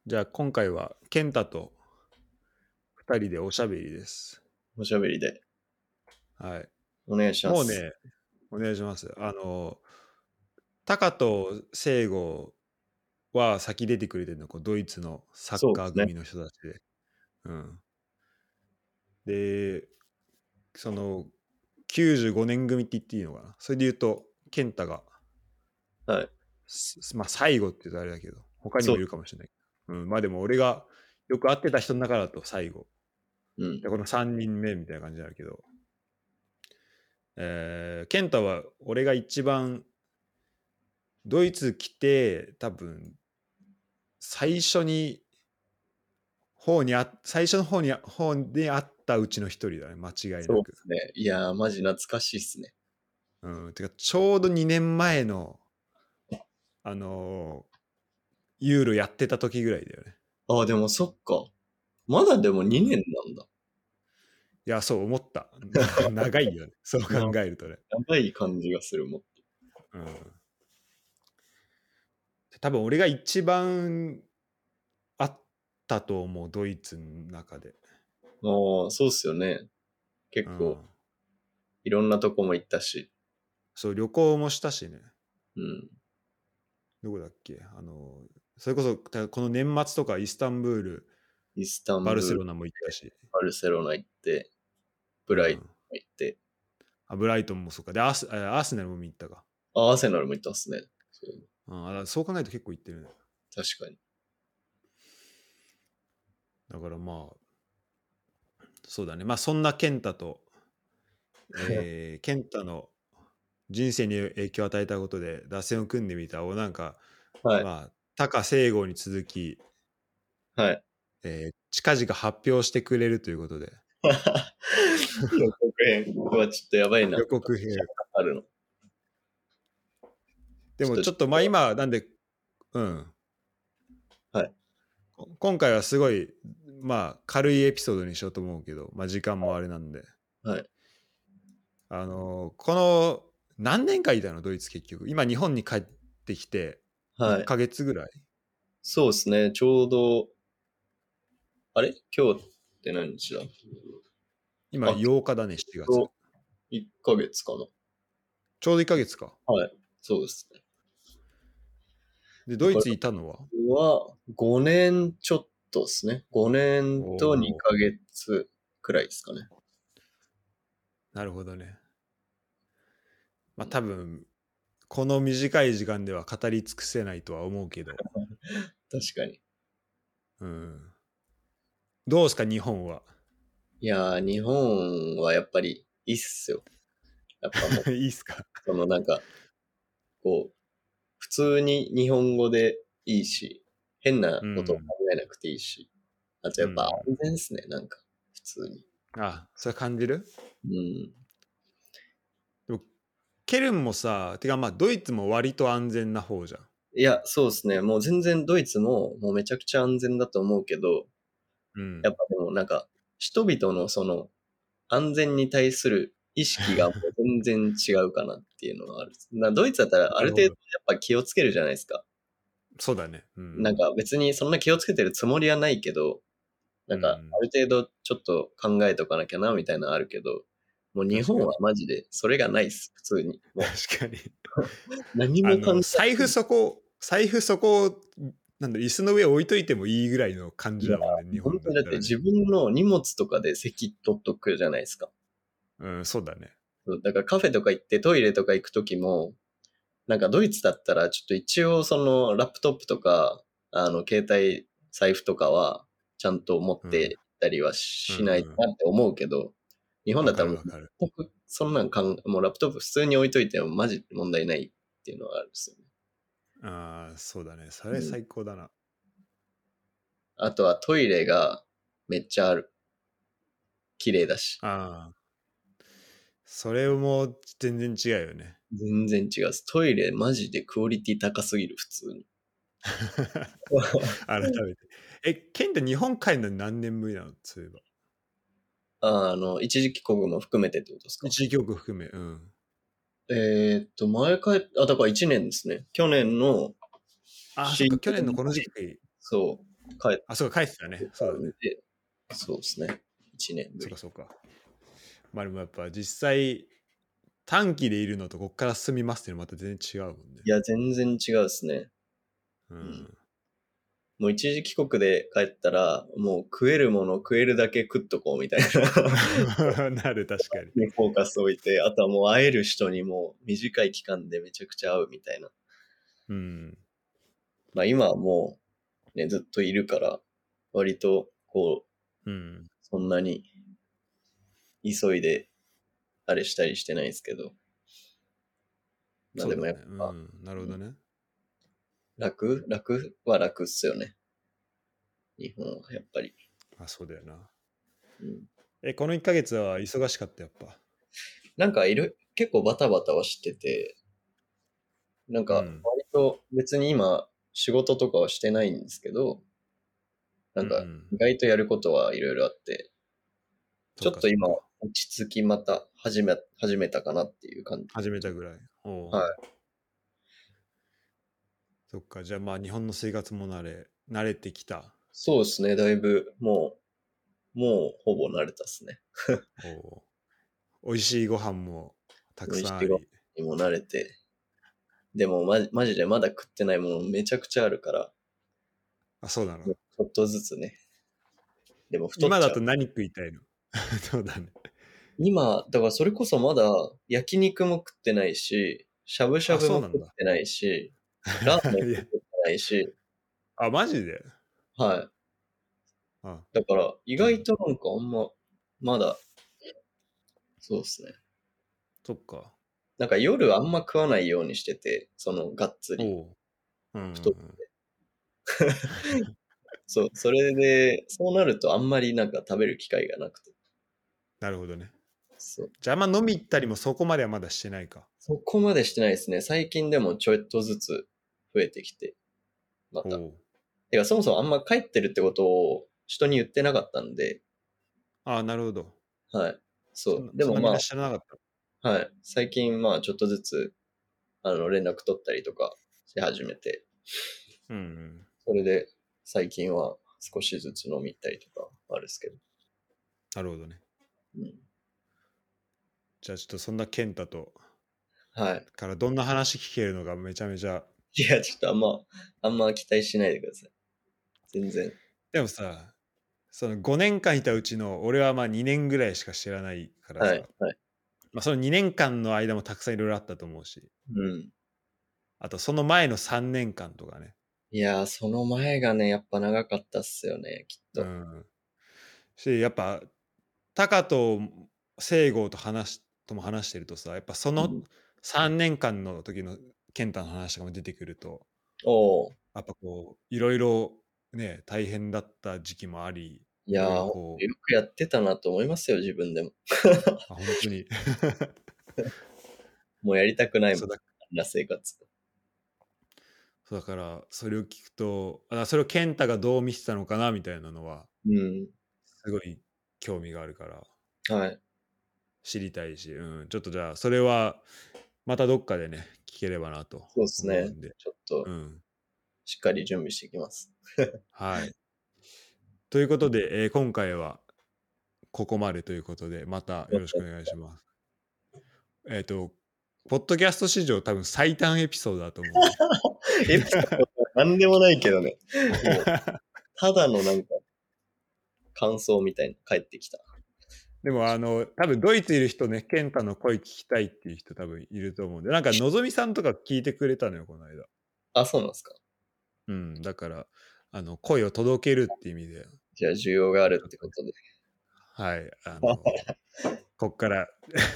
じゃあ今回は健太と2人でおしゃべりです。 おしゃべりではい。 お願いします。 もうね、お願いします。タカとセイゴは先出てくれてるの、ドイツのサッそうですね。 カー組の人たちで。うん。で、その95年組って言っていいのかな。それで言うと、健太が、 はい。 まあ最後って言うとあれだけど、他にそう。 もいるかもしれない。うん。まあでも俺がよく会ってた人の中だと最後。 うん。 で、この3人目みたいな感じになるけど、健太は俺が一番ドイツ来て多分最初に最初の方にあったうちの一人だね、間違いなく。 そうですね。いやー、マジ懐かしいっすね。 うん、てかちょうど2年前のあのーユーロやってた時ぐらいだよね。 ああ、でもそっか。まだでも2年なんだ。 いや、そう思った。長いよね、そう考な、 えるとね。 長い感じがするもん。 うん、多分俺が一番あったと思う、ドイツの中で。 ああ、そうっすよね。結構、 うん、 いろんなとこも行ったし。 そう、旅行もしたしね。 うん。 どこだっけ、それこそこの年末とかイスタンブール、 イスタンブール、 バルセロナも行ったし、 バルセロナ行って、ブライトンうん、 行って、 ブライトンもそうか、でアーセナルも見に行ったか、 あ、アーセナルも行ったっすね。 うん、そう考えると結構行ってるね。 確かに。 だからまあそうだね、まあそんな健太と、健太の人生に影響を与えたことで打線を組んでみたをなんか、 はい。 まあ高聖吾に続き、 はい。 近々発表してくれるということで、 予告編はちょっとやばいな。 予告編。 あるの。 でもちょっとまあ今なんで、うん、 はい。 今回はすごいまあ軽いエピソードにしようと思うけど、まあ時間もあれなんで、 はい。 この何年かいたのドイツ結局。今日本に帰ってきて1 はい。 ヶ月ぐらい。 そうですね。ちょうど、あれ今日って何日だ？ 今あ、 8日だね、7月。 と1ヶ月かな。 ちょうど1ヶ月か。 はい。そうですね。 で、 だから、 ドイツいたのは？ 僕は5年ちょっとですね。5年おとおー、 2ヶ月くらいですかね。 なるほどね。まあ多分、この短い時間では語り尽くせないとは思うけど。 確かに。 うん。どうですか、日本は。 いやー、日本はやっぱりいいっすよ。やっぱもう、 いいっすか。 そのなんか、こう、普通に日本語でいいし、変なことを考うん。 えなくていいし、あとやっぱうん。 安全っすね。なんか、普通に。 あ、それ感じる？ うん。 でもケルンもさ、てかまあドイツも割と安全な方じゃん。 いや、そうですね。もう全然ドイツももうめちゃくちゃ安全だと思うけど、 うん。 やっぱでもなんか、人々のその安全に対する意識がもう全然違うかなっていうのはある。ドイツだったらある程度やっなるほど。 ぱ気をつけるじゃないですか。 そうだね。うん。 なんか別にそんな気をつけてるつもりはないけど、なんかうん。 ある程度ちょっと考えとかなきゃなみたいなのあるけど、もう日本は確かに。 マジでそれがないっす。普通に。も確かに。 う何も考え財布そこ、なんだ、椅子の上置いといてもいいぐらいの感いや、 じだもんね、日本本当にだって自だったらね。 分の荷物とかで席取っとくじゃないですか。 うん、そうだね。 そうだからカフェとか行ってトイレとか行くときも、なんかドイツだったらちょっと一応そのラップトップとか、携帯、財布とかはちゃんと持っうん。 て行ったりはうんうしないん。 なって思うけど、日本だわったらもうかるわかる。 全くそんなんもうラップトップ普通に置いといてもマジで問題ないっていうのはあるんですよね。 ああ、そうだね。それうん。 最高だな。 あとはトイレがめっちゃある。綺麗だし。 ああ、それも全然違うよね。 全然違う。トイレマジでクオリティ高すぎる、普通に。 改めて。ケンって日本帰るの何年ぶりなのそういえば。 一時帰国も含めてってことですか？ 一時帰国含め。うん。 だから1年ですね。去年のああ、そっ 4 か、去年の月、 この時期。 そう。 帰っあ、そうか、帰ってたね。そうだね。 て、そうですね。1年ぶり。 そうか、そうか。まあでもやっぱ実際、短期でいるのとこっから進みますっていうのはまた全然違うもんね。 いや、全然違うですね。もう一時帰国で帰ったら、もう食えるもの食えるだけ食っとこうみたいな。 なる、確かに。 にフォーカス置いて、あとはもう会える人にも短い期間でめちゃくちゃ会うみたいな。まあ今はもうね、ずっといるから、割とこう、そんなに急いであれしたりしてないですけど。まあでもやっぱ、 なるほどね。 楽は楽っすよね。日本はやっぱり。 あ、そうだよな。 うん、 この1ヶ月は忙しかった、やっぱ。 なんか結構バタバタはしてて、なんか割と別に今仕事とかはしてないんですけど、なんか意外とやることはいろいろあって、ちょっと今落ち着きまた始めたかなっていう感じ。 始めたぐらい。 はい。 そっか、じゃあまあ日本の生活も慣れてきた。 そうですね、だいぶもうほぼ慣れたっすね。 美味しいご飯もたくさんあり。 美味しいご飯にも慣れて、でもマジでまだ食ってないものめちゃくちゃあるから。 あ、そうなの。 ちょっとずつね。でも今だと何食いたいの？そうだね。 今、だからそれこそまだ焼肉も食ってないし、しゃぶしゃぶも食ってないし、ラーメンも食ってないし。 あ、マジで？ はい。だから意外となんかあんま、まだ、そうですね。 そっか。 なんか夜あんま食わないようにしてて、がっつり。太って。そう、それで、そうなるとあんまりなんか食べる機会がなくて。 なるほどね。 そう。 じゃああんま飲み行ったりもそこまではまだしてないか。 そこまでしてないですね。最近でもちょっとずつ増えてきて、また。てかそもそもあんま帰ってるってことを人に言ってなかったんで。 ああ、なるほど。 はい。そう。でそんなみんなもまあ、 知らなかった。 はい。最近まあちょっとずつ、連絡取ったりとかし始めて。それで最近は少しずつ飲み行ったりとかあるんですけど。 なるほどね。じゃあちょっとそんな健太と、からどんな話聞けるのがめちゃめちゃ。 いや、ちょっとあんま期待しないでください。全然。 でもさ、その5年間いたうちの俺はまあ2年ぐらいしか知らないからさ、まあ、その2年間の間もたくさんいろいろあったと思うし、あとその前の3年間とかね。 いやー、その前がね、やっぱ長かったっすよね、きっと。 やっぱタカと聖郷とも話してるとさ、やっぱその3年間の時の健太の話とかも出てくると、やっぱこういろいろね大変だった時期もあり、 いやー、よくやってたなと思いますよ、自分でも。 本当に。 もうやりたくないもん、あんな生活。 だからそれを聞くと、それを健太がどう見てたのかなみたいなのは、すごい興味があるから、知りたいし、ちょっとじゃあそれはまたどっかでね聞ければなと思うんで。 そうですね。ちょっと、しっかり準備していきます。 はい。ということで、今回はここまでということで、またよろしくお願いします。ポッドキャスト史上多分最短エピソードだと思う。 エピソードなんでもないけどね。ただのなんか、感想みたいな返ってきた。 でも多分ドイツいる人ね、健太の声聞きたいっていう人多分いると思うんで、なんかのぞみさんとか聞いてくれたのよ、この間。 あ、そうなんですか。 だから声を届けるっていう意味で。 じゃあ需要があるってことで。 はい、こっから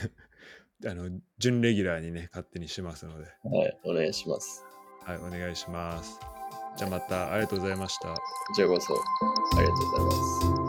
準レギュラーにね、勝手にしますので。 はい、お願いします。 はい、お願いします。じゃあまたありがとうございました。 こちらこそありがとうございます。